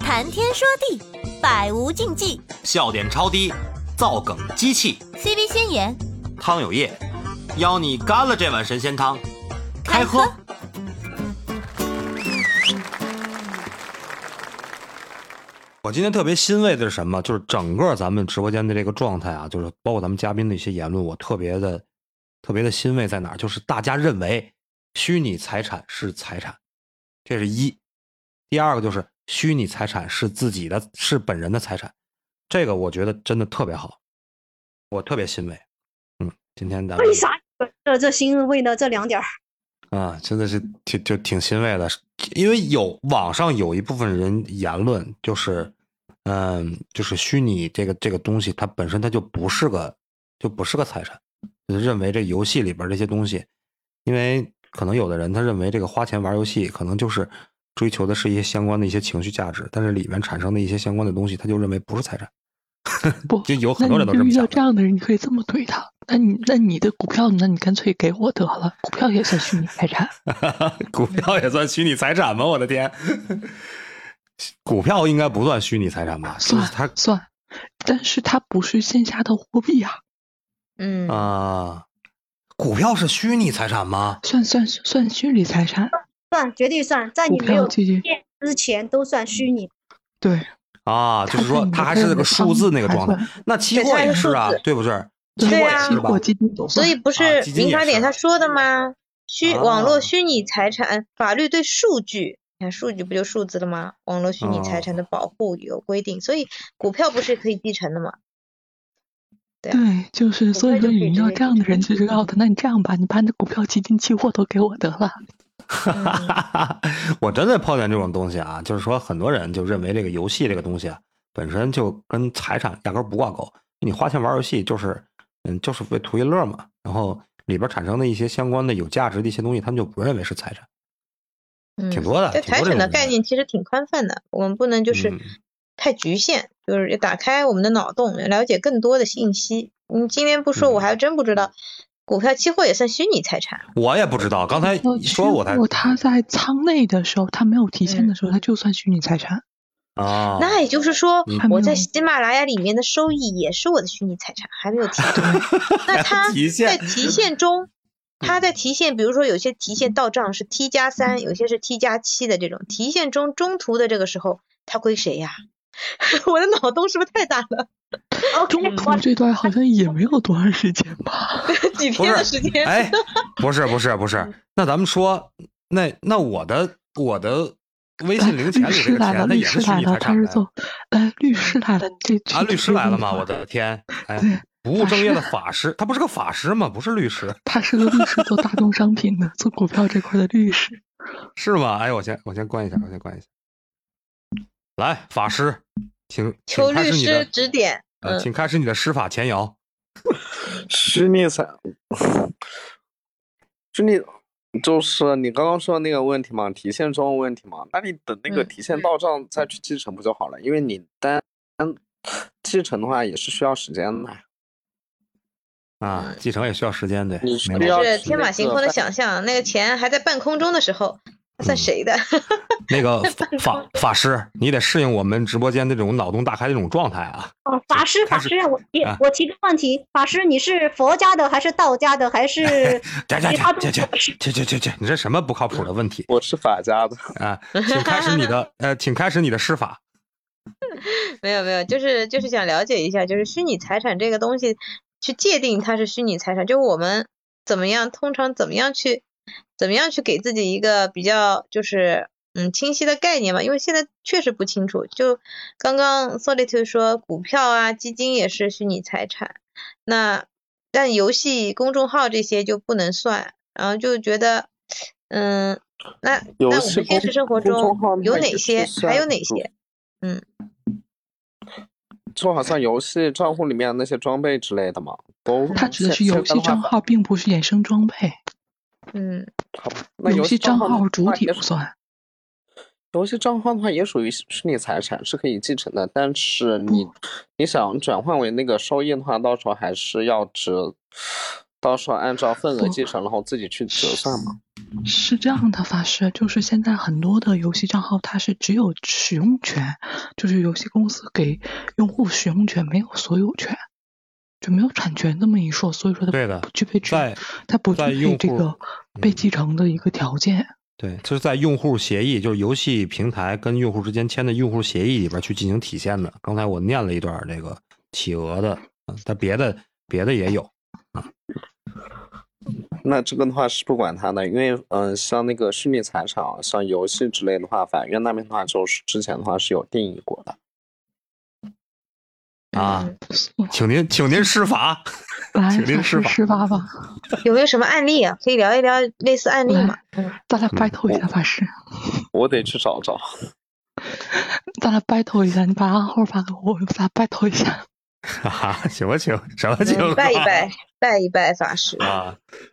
谈天说地，百无禁忌， 笑点超低，造梗机器 ，CV 先言， 汤有液，邀你干了这碗神仙汤，开喝。我今天特别欣慰的是什么？就是整个咱们直播间的这个状态啊，就是包括咱们嘉宾的一些言论，我特别的欣慰在哪儿？就是大家认为虚拟财产是财产，这是一。第二个就是虚拟财产是自己的，是本人的财产，这个我觉得真的特别好，我特别欣慰。今天为啥这欣慰呢？这2点啊，真的是挺欣慰的，因为网上有一部分人言论就是，就是虚拟这个东西，它本身它就不是个财产，就是认为这游戏里边这些东西，因为可能有的人他认为这个花钱玩游戏可能就是追求的是一些相关的一些情绪价值，但是里面产生的一些相关的东西，他就认为不是财产。 不， 就有很多人都这么想。 遇到这样的人，你可以这么怼他。那你的股票，那你干脆给我得了，股票也算虚拟财产。 股票也算虚拟财产吗？我的天，股票应该不算虚拟财产吧？ 算，但是它不是线下的货币啊。 股票是虚拟财产吗？ 算虚拟财产， 算，绝对算，在你没有变之前都算虚拟。 对啊，就是说它还是那个数字那个状态。那期货也是啊，对不对？ 对啊， 所以不是民法典他说的吗？网络虚拟财产法律对数据，你看数据不就数字了吗？网络虚拟财产的保护有规定，所以股票不是可以继承的吗？ 对，就是所以说你要这样的人就知道的。那你这样吧，你把你的股票、基金、期货都给我得了。 我真的碰见这种东西啊，就是说很多人就认为这个游戏这个东西啊，本身就跟财产压根不挂钩。你花钱玩游戏就是为图一乐嘛，然后里边产生的一些相关的有价值的一些东西，他们就不认为是财产。挺多的。 这财产的概念其实挺宽泛的，我们不能就是太局限，就是打开我们的脑洞，了解更多的信息。你今天不说，我还真不知道。股票、期货也算虚拟财产， 我也不知道。刚才说我才， 他在仓内的时候，他没有提现的时候，他就算虚拟财产。 那也就是说，我在喜马拉雅里面的收益也是我的虚拟财产，还没有提出来。那他在提现中，比如说有些提现到账是 T+3，有些是 T+7的这种提现中途的这个时候，它归谁呀？我的脑洞是不是太大了？ 中途这段好像也没有多长时间吧？ 几天的时间？ 哎，不是，那咱们说，那我的微信零钱里这个钱，那也是虚拟财产的。 律师来了， 律师来了吗？我的天！哎，不务正业的法师，他不是个法师吗？不是律师， 他是个律师，做大宗商品的，做股票这块的律师， 是吗？哎，我先关一下，来，法师，请求律师指点。 请开始你的施法前摇。 虚拟就是你刚刚说的那个问题嘛，提现中的问题嘛，那你等那个提现到账再去继承不就好了？因为你单继承的话也是需要时间的。 继承也需要时间，对。 是天马行空的想象，那个钱还在半空中的时候，算谁的？ 那个法师，你得适应我们直播间那种脑洞大开的这种状态啊！ 法师，我提个问题，法师，你是佛家的还是道家的还是？ 去，你这什么不靠谱的问题？ 我是法家的啊，请开始你的施法。 没有，就是想了解一下，就是虚拟财产这个东西，去界定它是虚拟财产，就我们通常怎么样去给自己一个比较就是清晰的概念嘛？因为现在确实不清楚。就刚刚 Solitude 说股票啊、基金也是虚拟财产，但游戏、公众号这些就不能算，然后就觉得那我们现实生活中有哪些？还有哪些？ 就好像游戏账户里面那些装备之类的嘛， 它指的是游戏账号，并不是衍生装备。 好吧，那游戏账号主体不算。 游戏账号的话也属于虚拟财产，是可以继承的，但是你想转换为那个收益的话，到时候还是要到时候按照份额继承，然后自己去折算嘛。 是这样的，法师，就是现在很多的游戏账号它是只有使用权，就是游戏公司给用户使用权，没有所有权，就没有产权这么一说，所以说它不具备它不具备这个被继承的一个条件。 对，就是在用户协议，就是游戏平台跟用户之间签的用户协议里边去进行体现的。刚才我念了一段这个企鹅的，但别的也有啊。 那这个的话是不管它的，因为像那个虚拟财产，像游戏之类的话，法院那边的话就是之前的话是有定义过的。 啊，请您施法，请您施法吧。 有没有什么案例啊？可以聊一聊类似案例吗？ 咱俩 battle 一下，法师。 我得去找找。 咱俩 battle 一下，你把暗号发给我，咱俩 battle 一下。 行吧行，什么情况？ 拜一拜法师啊。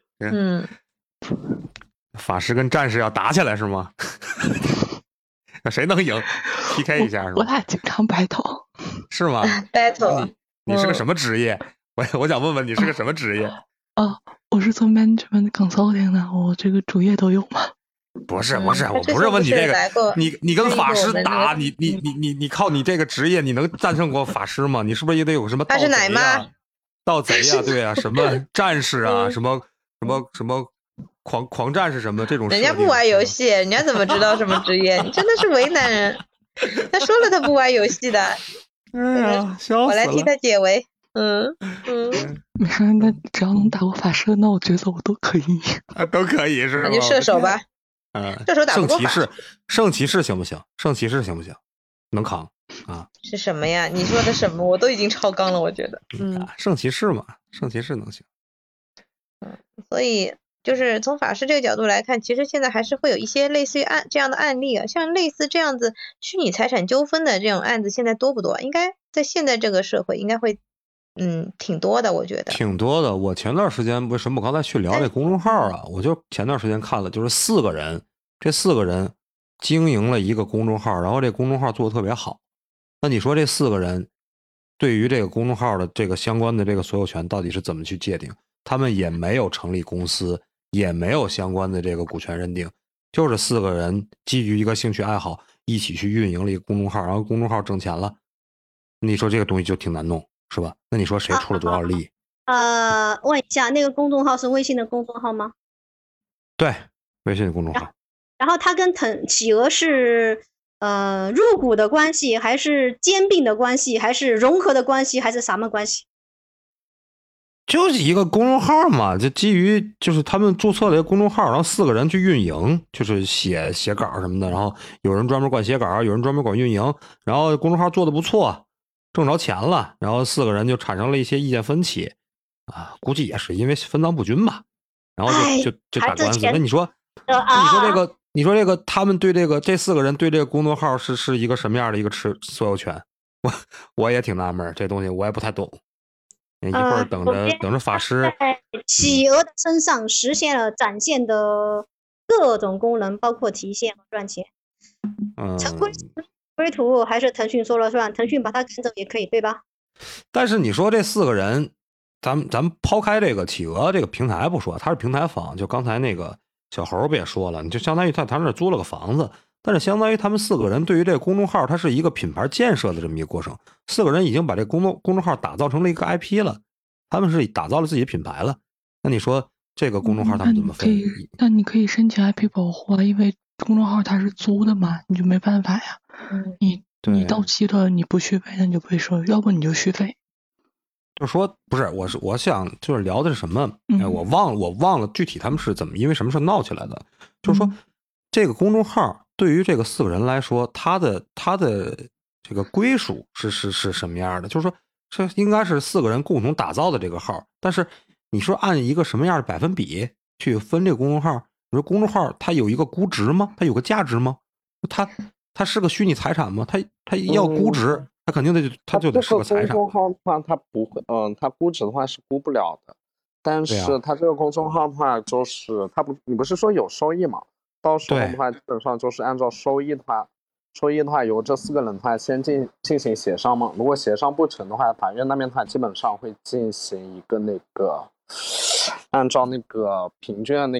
法师跟战士要打起来是吗？那谁能赢 ？PK 一下是吧？ 我俩经常 battle。 是吗 ？battle。 你是个什么职业？我想问问你是个什么职业？ 我是做 management consulting 的，我这个主业都有吗？ 不是，我不是问你这个，你跟法师打，你靠你这个职业，你能战胜过法师吗？你是不是也得有什么盗贼呀？盗贼呀，对啊，什么战士啊，什么狂战士什么这种。 人家不玩游戏，人家怎么知道什么职业？你真的是为难人。他说了他不玩游戏的。 哎呀，笑死了！ 我来替他解围。 没事，那只要能打过法师，那我觉得我都可以。 都可以是吧？ 那就射手吧。射手打不过法师。 圣骑士行不行？圣骑士行不行？能扛啊？ 是什么呀？你说的什么？我都已经超纲了，我觉得。 圣骑士嘛，圣骑士能行。 所以就是从法师这个角度来看，其实现在还是会有一些类似于这样的案例啊，像类似这样子虚拟财产纠纷的这种案子，现在多不多？应该在现在这个社会应该会挺多的，我觉得挺多的。我前段时间为什么我刚才去聊这公众号啊？我就前段时间看了，就是4个人，这4个人经营了一个公众号，然后这公众号做得特别好。那你说这4个人对于这个公众号的这个相关的这个所有权到底是怎么去界定？他们也没有成立公司，也没有相关的这个股权认定，就是4个人基于一个兴趣爱好一起去运营了一个公众号，然后公众号挣钱了。你说这个东西就挺难弄，是吧？那你说谁出了多少力？ 问一下，那个公众号是微信的公众号吗？ 对，微信的公众号。 然后他跟企鹅是入股的关系，还是兼并的关系，还是融合的关系，还是什么关系？ 就是一个公众号嘛，就基于就是他们注册了一个公众号，然后4个人去运营，就是写稿什么的，然后有人专门管写稿，有人专门管运营，然后公众号做的不错，挣着钱了，然后4个人就产生了一些意见分歧啊，估计也是因为分赃不均吧，然后就打官司。那你说这个他们对这4个人对这个公众号是一个什么样的一个所有权？我也挺纳闷，这东西我也不太懂。一会儿等着法师在企鹅的身上实现了展现的各种功能，包括提现和赚钱。成规图还是腾讯说了算，腾讯把它赶走也可以，对吧？ 但是你说这4个人，咱们抛开这个企鹅这个平台不说，他是平台方，就刚才那个小猴不也说了，你就相当于他那租了个房子，但是相当于他们4个人对于这个公众号，它是一个品牌建设的这么一个过程。4个人已经把这公众号打造成了一个 IP 了，他们是打造了自己的品牌了。那你说这个公众号他们怎么分？ 那你可以申请 IP 保护啊，因为公众号它是租的嘛，你就没办法呀。你到期了你不续费，那你就不会收，要不你就续费。 就说不是，我想就是聊的是什么？我忘了具体他们是怎么因为什么事闹起来的。就是说这个公众号对于这个4个人来说，他的这个归属是什么样的？就是说这应该是4个人共同打造的这个号，但是你说按一个什么样的百分比去分这个公众号？你说公众号它有一个估值吗？它有个价值吗？它是个虚拟财产吗？它要估值，它肯定它就得是个财产。 公众号的话，它不会，它估值的话是估不了的。但是它这个公众号的话，就是你不是说有收益吗？到时候的话，基本上就是按照收益的话，由这4个人的话先进行协商嘛。如果协商不成的话，法院那边的话基本上会进行一个按照那个平均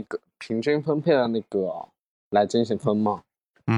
平均分配的那个来进行分嘛。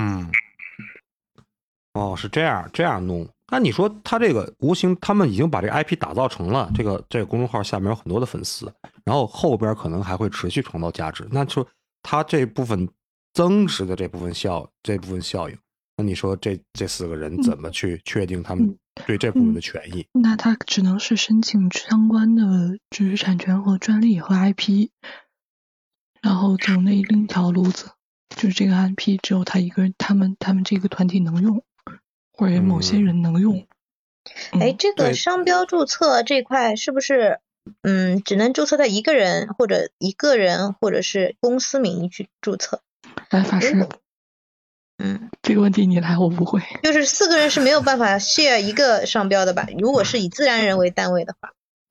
哦，是这样弄。那你说他这个无形，他们已经把这个 IP 打造成了这个公众号下面有很多的粉丝，然后后边可能还会持续创造价值。那就他这部分增值的这部分效应，那你说这4个人怎么去确定他们对这部分的权益？ 那他只能是申请相关的知识产权和专利和 IP， 然后走那另一条路子，就是这个 IP 只有他一个人，他们这个团体能用，或者某些人能用。 这个商标注册这块是不是只能注册在一个人或者是公司名义去注册？ 来，法师，这个问题你来，我不会。 就是4个人是没有办法 share 一个商标的吧？如果是以自然人为单位的话。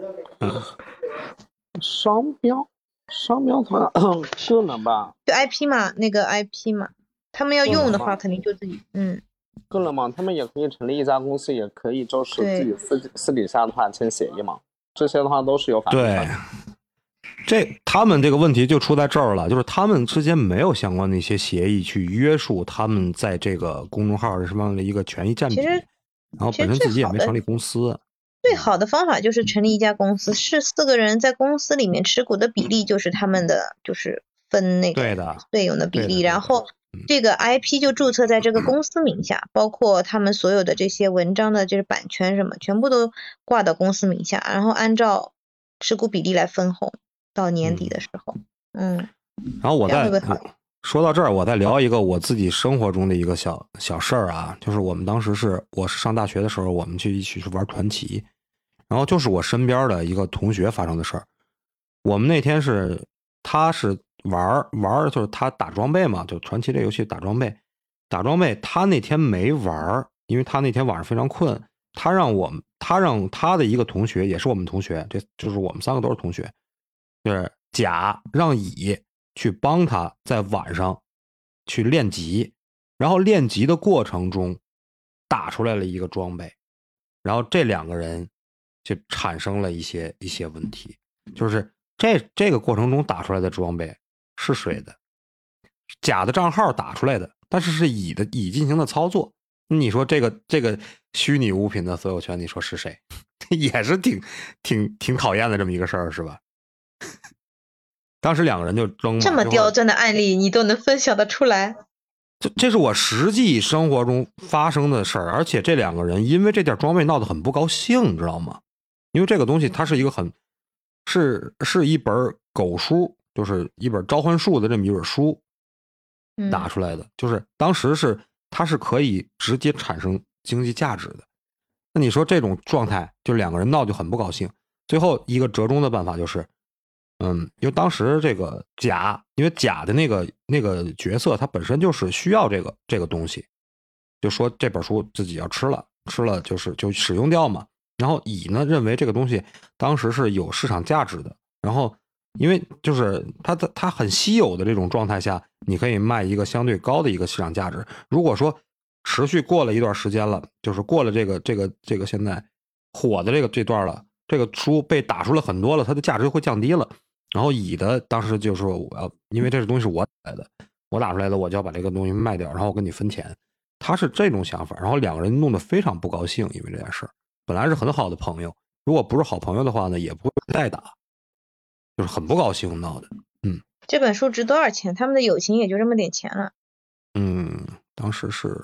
商标的话是能吧？ 就 IP 嘛，那个 IP 嘛，他们要用的话肯定就自己个人嘛，他们也可以成立一家公司，也可以就是自己私底下的话签协议嘛，这些的话都是有法律的。 对，他们这个问题就出在这儿了，就是他们之间没有相关的一些协议去约束他们在这个公众号什么样的一个权益占比，然后本身自己也没成立公司。 最好的方法就是成立一家公司，是4个人在公司里面持股的比例就是他们的就是分那个费用的比例，然后这个 IP 就注册在这个公司名下，包括他们所有的这些文章的就是版权什么全部都挂到公司名下，然后按照持股比例来分红，到年底的时候然后说到这儿，我再聊一个我自己生活中的一个小事儿啊，就是我是上大学的时候，我们一起去玩团棋，然后就是我身边的一个同学发生的事儿。我们那天他是玩就是他打装备嘛，就传奇这游戏打装备，他那天没玩，因为他那天晚上非常困，他让他的一个同学，也是我们同学，这就是我们3个都是同学，就是甲让乙去帮他在晚上去练级，然后练级的过程中打出来了一个装备，然后这2个人就产生了一些问题，就是这个过程中打出来的装备是谁的？甲的账号打出来的，但是乙进行的操作。你说这个虚拟物品的所有权，你说是谁？也是挺讨厌的这么一个事儿，是吧？当时2个人就争嘛。 这么刁钻的案例你都能分享得出来？ 这是我实际生活中发生的事儿，而且这2个人因为这件装备闹得很不高兴，你知道吗？因为这个东西它是一个是一本狗书，就是一本召唤术的这么一本书打出来的，就是当时它是可以直接产生经济价值的。那你说这种状态，就2个人闹就很不高兴。最后一个折中的办法就是，因为当时这个因为甲的那个角色，他本身就是需要这个东西，就说这本书自己要吃了就使用掉嘛。然后乙呢认为这个东西当时是有市场价值的，然后因为就是它很稀有的这种状态下，你可以卖一个相对高的一个市场价值。如果说持续过了一段时间了，就是过了这个现在火的这段了，这个书被打出了很多了，它的价值就会降低了。然后乙的当时就说因为这东西是我打出来的，我就要把这个东西卖掉，然后我跟你分钱。他是这种想法，然后2个人弄得非常不高兴，因为这件事本来是很好的朋友，如果不是好朋友的话呢，也不会再打，就是很不高兴闹的。 这本书值多少钱？他们的友情也就这么点钱了。 当时是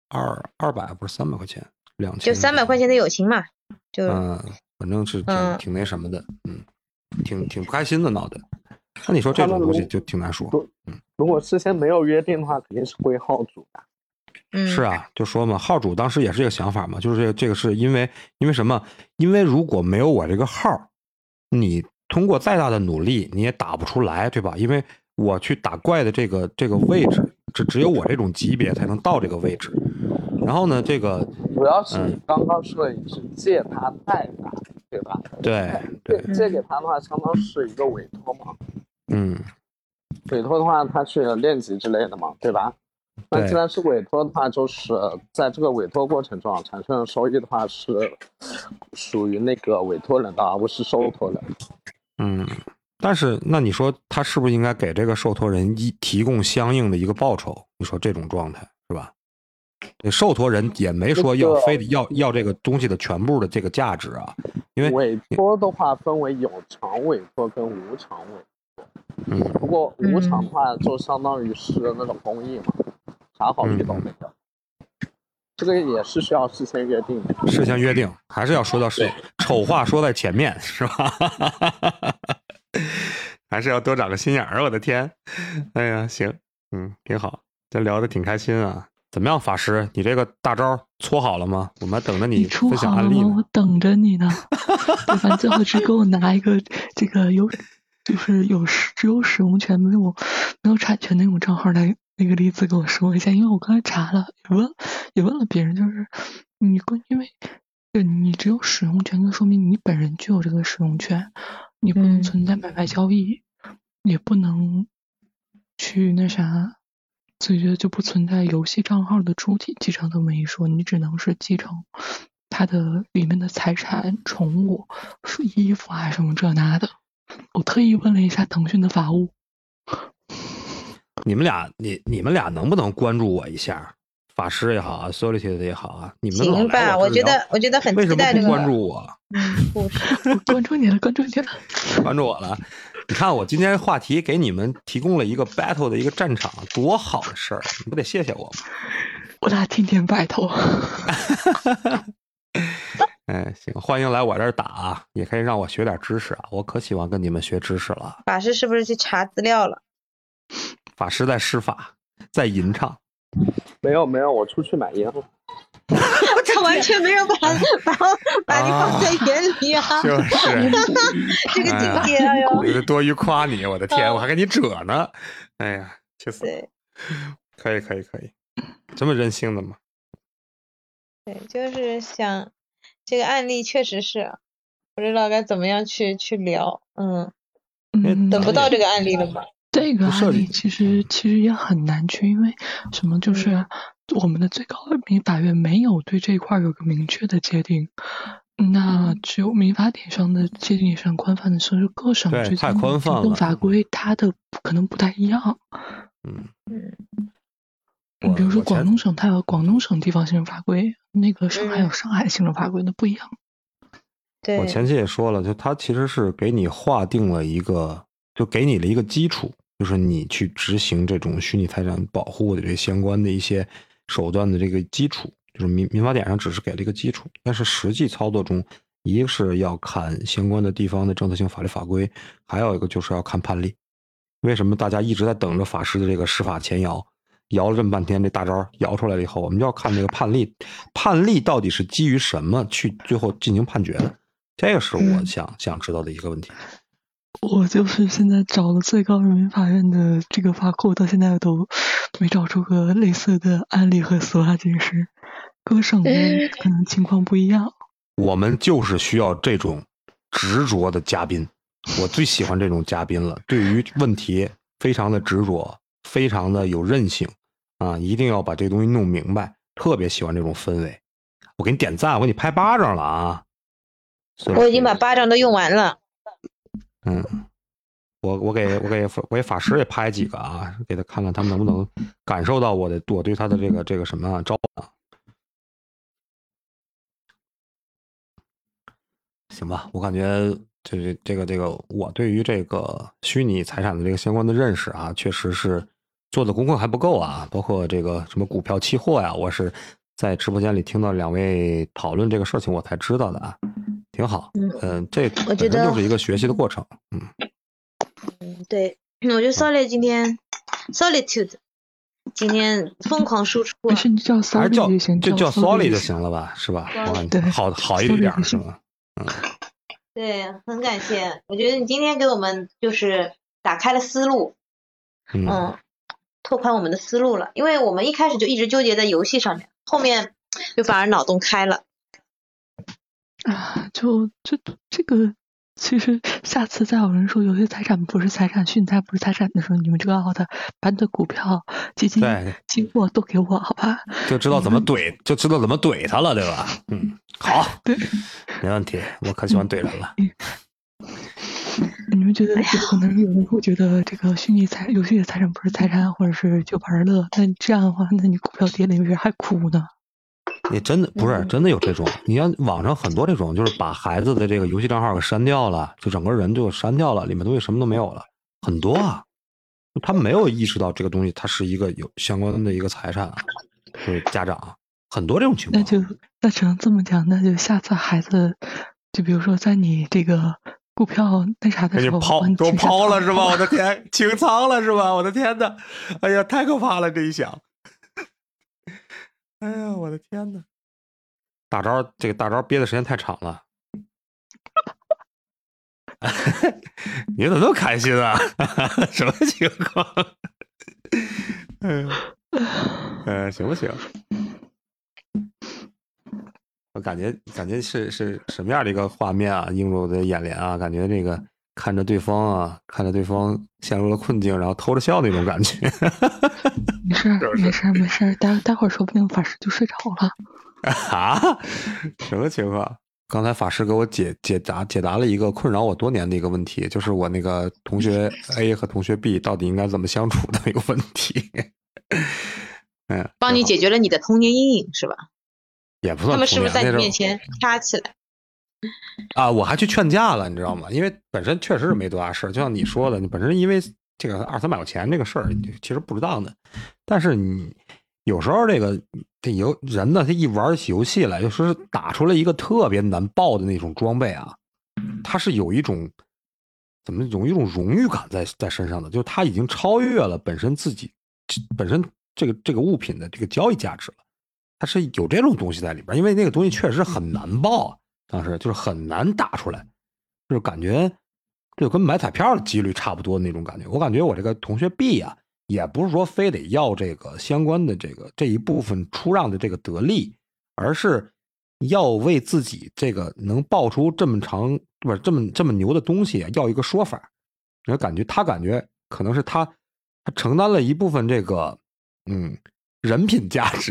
200不是300块钱，2000 就300块钱的友情嘛，就反正是挺那什么的，挺不开心的闹的。那你说这种东西就挺难说。 如果事先没有约定的话，肯定是归号主的。 是啊，就说嘛，号主当时也是这个想法嘛，就是这个是因为什么？因为如果没有我这个号，你通过再大的努力你也打不出来，对吧？因为我去打怪的这个位置，只有我这种级别才能到这个位置。然后呢，这个主要是你刚刚说的，你是借他代打，对吧？ 对， 借给他的话，相当是一个委托嘛。委托的话，他去练级之类的嘛，对吧？那既然是委托的话，就是在这个委托过程中产生的收益的话，是属于那个委托人的，而不是受托人。 但是那你说他是不是应该给这个受托人提供相应的一个报酬？你说这种状态是吧？受托人也没说要非得要这个东西的全部的这个价值啊，因为委托的话分为有偿委托跟无偿委托。不过无偿的话就相当于是那种公益嘛，啥好处都没有。这个也是需要事先约定的。 事先约定，还是要说到丑话说在前面，是吧？还是要多长个心眼儿。我的天，哎呀，行，挺好，这聊得挺开心啊。怎么样，法师？你这个大招搓好了吗？我们还等着你分享案例呢。 我等着你呢。对，反正最后只给我拿一个这个只有使用权没有产权的那种账号来那个例子跟我说一下，因为我刚才查了，也问了别人，就是因为你只有使用权，就说明你本人具有这个使用权，你不能存在买卖交易，也不能去那啥。所以就不存在游戏账号的主体继承这么一说，你只能是继承它的里面的财产、宠物、衣服啊什么这那的。我特意问了一下腾讯的法务， 你们俩能不能关注我一下？法师也好啊 ，Solitude 也好啊，你们行吧？我觉得很期待这个。 为什么不关注我？ 关注你了，关注我了。你看我今天话题给你们提供了一个 battle 的一个战场，多好的事儿！你不得谢谢我吗？ 我俩天天 battle。 哎，行，欢迎来我这儿打啊，也可以让我学点知识啊，我可喜欢跟你们学知识了。 法师是不是去查资料了？ 法师在施法，在吟唱。 没有，我出去买烟了。 他完全没有把你放在眼里啊！ 就是这个境界，哎呦！ 多余夸你，我的天，我还给你褶呢！哎呀，气死了！可以，这么任性的吗？ 对，就是想这个案例确实是不知道该怎么样去聊，等不到这个案例了吧？ 这个案例其实也很难去，因为什么？就是我们的最高人民法院没有对这一块有个明确的界定，那只有民法典上的界定也是很宽泛的，所以各省之间的行政法规它的可能不太一样。比如说广东省它有广东省地方行政法规，那个上海有上海行政法规，那不一样。 对， 我前期也说了，就它其实是给你划定了一个，就给你了一个基础。就是你去执行这种虚拟财产保护的这相关的一些手段的这个基础，就是民法典上只是给了一个基础，但是实际操作中，一个是要看相关的地方的政策性法律法规，还有一个就是要看判例。为什么大家一直在等着法师的这个施法前摇，摇了这么半天，这大招摇出来了以后，我们就要看这个判例，判例到底是基于什么去最后进行判决的，这个是我想知道的一个问题。 我就是现在找了最高人民法院的这个法库，到现在都没找出个类似的案例和司法解释，各省的可能情况不一样。 我们就是需要这种执着的嘉宾，我最喜欢这种嘉宾了，对于问题非常的执着，非常的有韧性啊，一定要把这个东西弄明白，特别喜欢这种氛围。我给你点赞，我给你拍巴掌了啊！ 我已经把巴掌都用完了。 我给法师也拍几个啊，给他看看他们能不能感受到我对他的这个什么招啊？行吧，我感觉这个我对于这个虚拟财产的这个相关的认识啊，确实是做的功课还不够啊，包括这个什么股票期货呀，我是在直播间里听到两位讨论这个事情，我才知道的啊。挺好，这我觉得就是一个学习的过程， 对，我觉得 Solitude 今天疯狂输出， 没事，你叫 Solid 就行， 就叫 Solid 就行了吧，是吧？ 对， 好一点是吗？ 对，很感谢，我觉得你今天给我们就是打开了思路，拓宽我们的思路了，因为我们一开始就一直纠结在游戏上面，后面就反而脑洞开了。 就这个，其实下次再有人说有些财产不是财产，虚拟财不是财产的时候，你们就要好的把你的股票、基金、期货都给我，好吧？ 就知道怎么怼他了，对吧？好， 对， 没问题，我可喜欢怼人了。 你们觉得可能有人会觉得这个游戏的财产不是财产，或者是就玩乐？那这样的话，那你股票跌了，你为啥还哭呢？ 你真的不是真的有这种？你看网上很多这种，就是把孩子的这个游戏账号给删掉了，就整个人就删掉了，里面东西什么都没有了，很多啊。他没有意识到这个东西它是一个有相关的一个财产啊，就是家长很多这种情况。 那只能这么讲，那就下次孩子，就比如说在你这个股票那啥的时候， 都抛了是吧？我的天，清仓了是吧？我的天哪！哎呀，太可怕了！这一想，哎呀，我的天哪！这个大招憋的时间太长了。你怎么那么开心啊？什么情况？行不行？我感觉是什么样的一个画面啊？映入我的眼帘啊！感觉这个看着对方陷入了困境，然后偷着笑那种感觉。 没事，待会儿说不定法师就睡着了。 啊？什么情况？刚才法师给我解答了一个困扰我多年的一个问题，就是我那个同学 A 和同学 B 到底应该怎么相处的一个问题。 帮你解决了你的童年阴影是吧？ 也不算。 他们是不是在你面前掐起来？ 啊，我还去劝架了，你知道吗？因为本身确实是没多大事，就像你说的，你本身因为这个200-300块钱这个事儿，其实不值当的。但是你有时候这人呢，他一玩起游戏来，就是打出来一个特别难爆的那种装备啊，他是有一种荣誉感在身上的，就是他已经超越了本身这个物品的这个交易价值了，它是有这种东西在里边，因为那个东西确实很难爆，当时就是很难打出来，就是感觉就跟买彩票的几率差不多的那种感觉。我感觉我这个同学 B 啊，也不是说非得要这个相关的这一部分出让的这个得利，而是要为自己这个能爆出这么长不是这么牛的东西要一个说法。他感觉可能是他承担了一部分这个人品价值。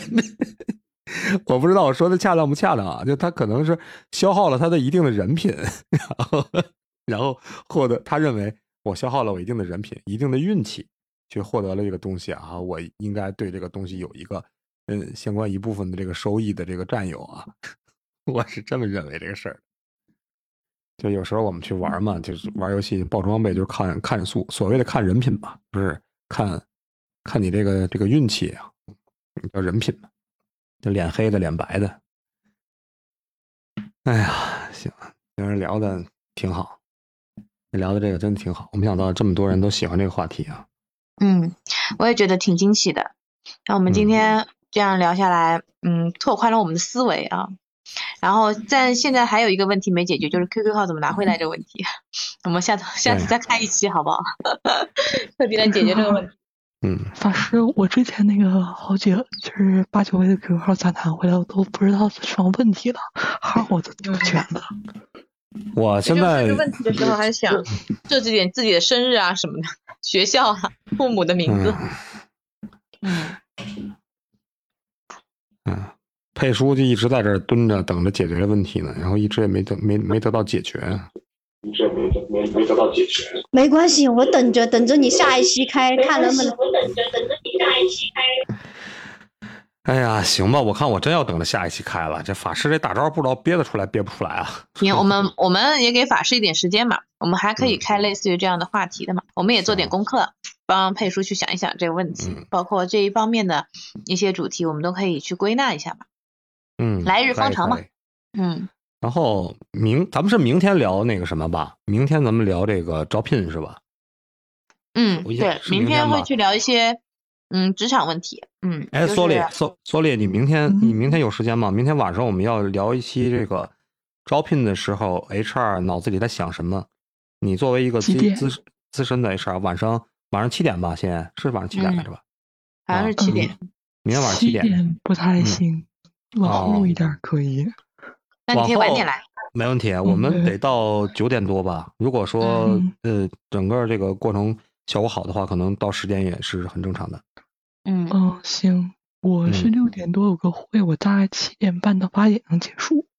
我不知道我说的恰当不恰当啊，就他可能是消耗了他的一定的人品，然后获得他认为我消耗了我一定的人品一定的运气去获得了这个东西啊，我应该对这个东西有一个相关一部分的这个收益的这个占有啊。我是这么认为这个事儿。就有时候我们去玩嘛，就是玩游戏爆装备，就是看所谓的看人品吧，就是看你这个运气啊，叫人品嘛，就脸黑的脸白的。哎呀，行，今儿聊的挺好，聊的这个真的挺好，我没想到这么多人都喜欢这个话题啊。 我也觉得挺惊喜的。那我们今天这样聊下来，拓宽了我们的思维啊。然后现在还有一个问题没解决，就是 QQ 号怎么拿回来这个问题。我们下次再开一期好不好？特别来解决这个问题。 法师，我之前那个好几就是8、9位的 QQ 号咋拿回来，我都不知道是什么问题了，号我都记不全了。 我现在这个问题的时候还想设置点自己的生日啊什么的，学校啊，父母的名字。 佩书记一直在这儿蹲着等着解决问题呢，然后一直也没得到解决。没得到解决。 没关系，我等着你下一期开，看能不能。 哎呀，行吧，我看我真要等着下一期开了。这法师这大招不知道憋得出来憋不出来啊。 我们也给法师一点时间嘛，我们还可以开类似于这样的话题的嘛，我们也做点功课，帮佩叔去想一想这个问题，包括这一方面的一些主题，我们都可以去归纳一下嘛。来日方长嘛。 然后咱们是明天聊那个什么吧？明天咱们聊这个招聘是吧？ 对，明天会去聊一些职场问题。 哎，索列，你明天有时间吗？明天晚上我们要聊一期这个招聘的时候 HR 脑子里在想什么？你作为一个资深的 HR，晚上7点吧，现在是晚上7点来着吧？ 好像是7点。 明天晚上7点不太行，往后一点可以。 那你可以晚点来。 没问题，我们得到9点多吧。如果说整个这个过程效果好的话，可能到10点也是很正常的。 行，我是6点多有个会，我大概7点半到8点能结束。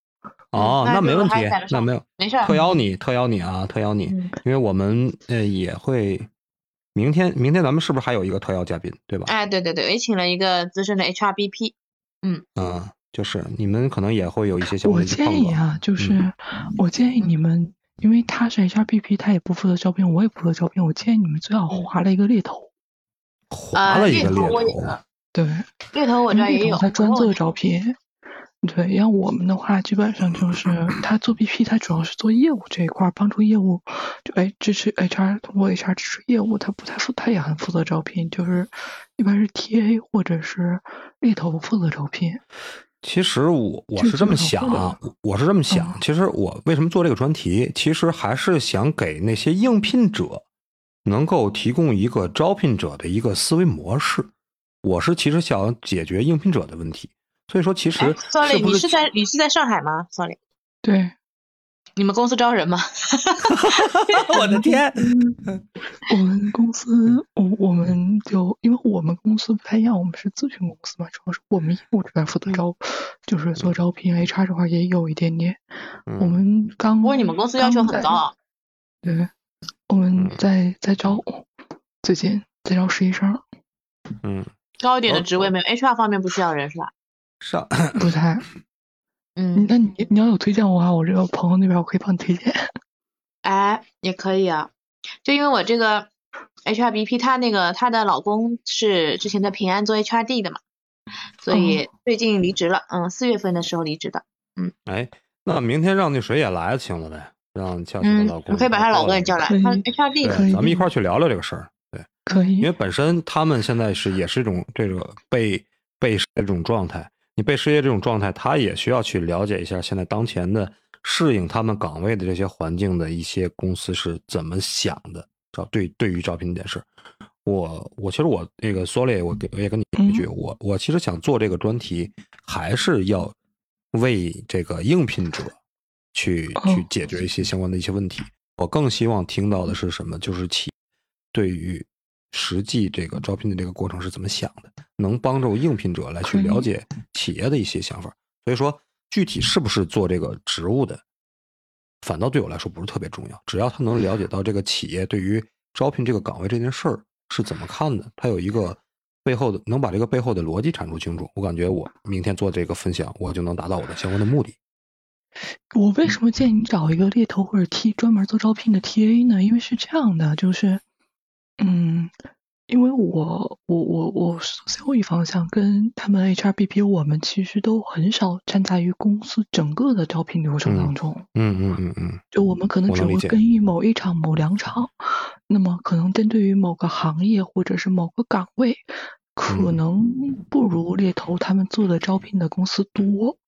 哦，那没问题，那没有， 没事， 特邀你，因为我们也会明天咱们是不是还有一个特邀嘉宾，对吧？ 哎，对，也请了一个资深的 HRBP。 就是你们可能也会有一些相关的碰撞。 我建议啊，就是我建议你们，因为他是 HRBP，他也不负责招聘，我也不负责招聘，我建议你们最好划了一个猎头。 划了一个猎头。 对， 猎头我这儿也有， 他专做招聘。对，像我们的话，基本上就是他做 BP，他主要是做业务这一块，帮助业务，就支持 HR， 通过 HR 支持业务，他也很负责招聘，就是一般是 TA 或者是猎头负责招聘。 其实我是这么想，其实我为什么做这个专题，其实还是想给那些应聘者能够提供一个招聘者的一个思维模式。我是其实想解决应聘者的问题。所以说，其实 ，Sorry， 你是在上海吗 ？Sorry， 对， 你们公司招人吗？ 我的天！ 我们公司，我们就因为我们公司不太一样，我们是咨询公司嘛，主要是我们业务这边负责就是做招聘 ，HR 这块也有一点点。我们不过你们公司要求很高。 对，我们在招，最近在招实习生。 高一点的职位没有 ，HR 方面不需要人是吧？ 不太，那你要有推荐的话，我这个朋友那边我可以帮你推荐。 哎，也可以啊，就因为我这个 HRBP， 她的老公是之前在平安做 HRD 的嘛，所以最近离职了，4月份的时候离职的。 哎，那明天让那谁也来行了呗，让俏俏的老公， 我可以把他老公也叫来，他 HRD 的， 咱们一块去聊聊这个事儿。对， 可以， 因为本身他们现在也是一种这个被失业这种状态。你被失业这种状态，他也需要去了解一下现在当前的适应他们岗位的这些环境的一些公司是怎么想的。对于招聘这件事，其实我那个 Solly， 我也跟你说一句，我其实想做这个专题，还是要为这个应聘者去解决一些相关的一些问题。我更希望听到的是什么？就是对于实际这个招聘的这个过程是怎么想的，能帮助应聘者来去了解企业的一些想法。所以说，具体是不是做这个职务的，反倒对我来说不是特别重要。只要他能了解到这个企业对于招聘这个岗位这件事儿是怎么看的，他有一个背后的，能把这个背后的逻辑阐述清楚，我感觉我明天做这个分享，我就能达到我的相关的目的。 我为什么建议你找一个猎头或者专门做招聘的 TA 呢？因为是这样的，就是因为我交易方向跟他们 HRBP， 我们其实都很少掺杂于公司整个的招聘流程当中。就我们可能只会跟某一场、某两场，那么可能针对于某个行业或者是某个岗位，可能不如猎头他们做的招聘的公司多。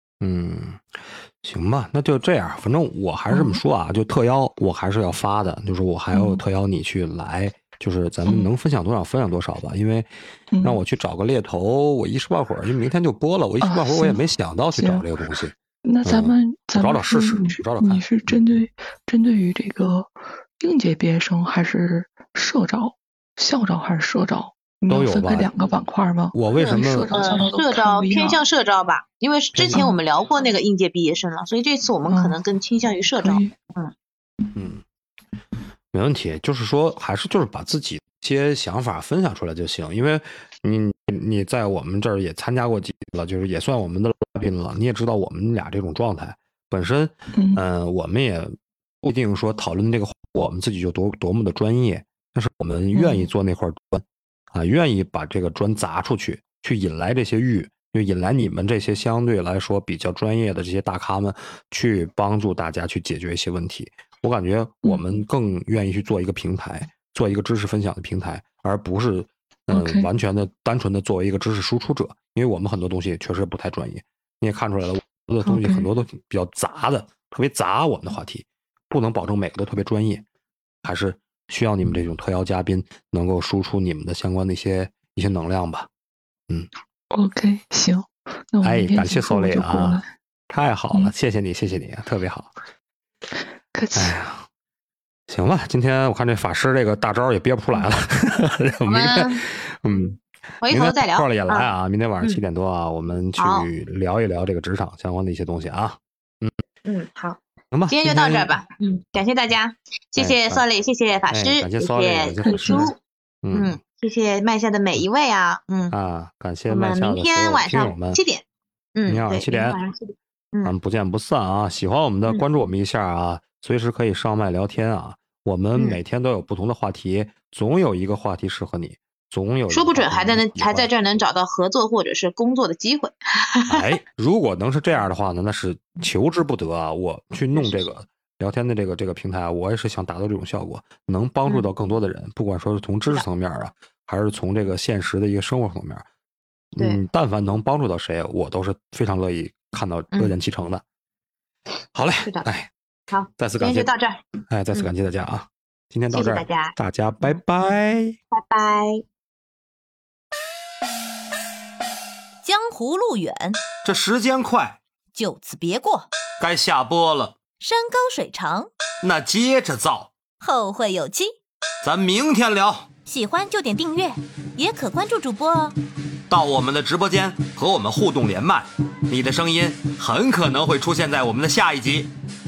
行吧，那就这样。反正我还是这么说啊，就特邀我还是要发的，就是我还要特邀你去来。就是咱们能分享多少分享多少吧，因为让我去找个猎头，我一时半会儿，因为明天就播了，我一时半会儿我也没想到去找这个东西。 那咱们找找试试，找找看。 你是针对于这个应届毕业生，还是社招、校招还是社招？ 都有吧？ 分开两个板块吗？ 我为什么社招偏向社招吧？因为之前我们聊过那个应届毕业生了，所以这次我们可能更倾向于社招。 没问题，就是说还是就是把自己一些想法分享出来就行，因为你在我们这儿也参加过几次了，就是也算我们的来宾了，你也知道我们俩这种状态本身，我们也不一定说讨论这个我们自己就多么的专业，但是我们愿意做那块砖愿意把这个砖砸出去，去引来这些玉，就引来你们这些相对来说比较专业的这些大咖们，去帮助大家去解决一些问题。我感觉我们更愿意去做一个平台，做一个知识分享的平台，而不是完全的单纯的作为一个知识输出者。因为我们很多东西确实不太专业，你也看出来了，我的东西很多都比较杂的，特别杂。我们的话题不能保证每个都特别专业，还是需要你们这种特邀嘉宾能够输出你们的相关的一些能量吧。 OK， 行，那我们感谢Solly啊，太好了，谢谢你，特别好。 客气。 哎呀，行吧，今天我看这法师这个大招也憋不出来了。明天， 回头再聊。 块儿也来啊，明天晚上7点多啊，我们去聊一聊这个职场相关的一些东西啊。 好， 行吧， 今天就到这儿吧。感谢大家，谢谢少磊，谢谢法师， 感谢克叔，谢谢麦下的每一位啊， 感谢麦下的我们明天晚上7点， 明天晚上7点，咱们不见不散啊！喜欢我们的关注我们一下啊，随时可以上麦聊天啊。我们每天都有不同的话题，总有一个话题适合你，总有说不准还在这儿能找到合作或者是工作的机会。 如果能是这样的话呢，那是求之不得啊！我去弄这个聊天的这个平台，我也是想达到这种效果，能帮助到更多的人，不管说是从知识层面啊，还是从这个现实的一个生活层面。但凡能帮助到谁，我都是非常乐意看到乐见其成的。好嘞， 是的， 好，再次感谢， 今天就到这儿， 再次感谢大家啊！今天到这儿， 谢谢大家拜拜， 拜拜。 江湖路远， 这时间快， 就此别过， 该下播了。 山高水长， 那接着造， 后会有期， 咱明天聊。 喜欢就点订阅，也可关注主播哦。 到我们的直播间和我们互动连麦，你的声音很可能会出现在我们的下一集。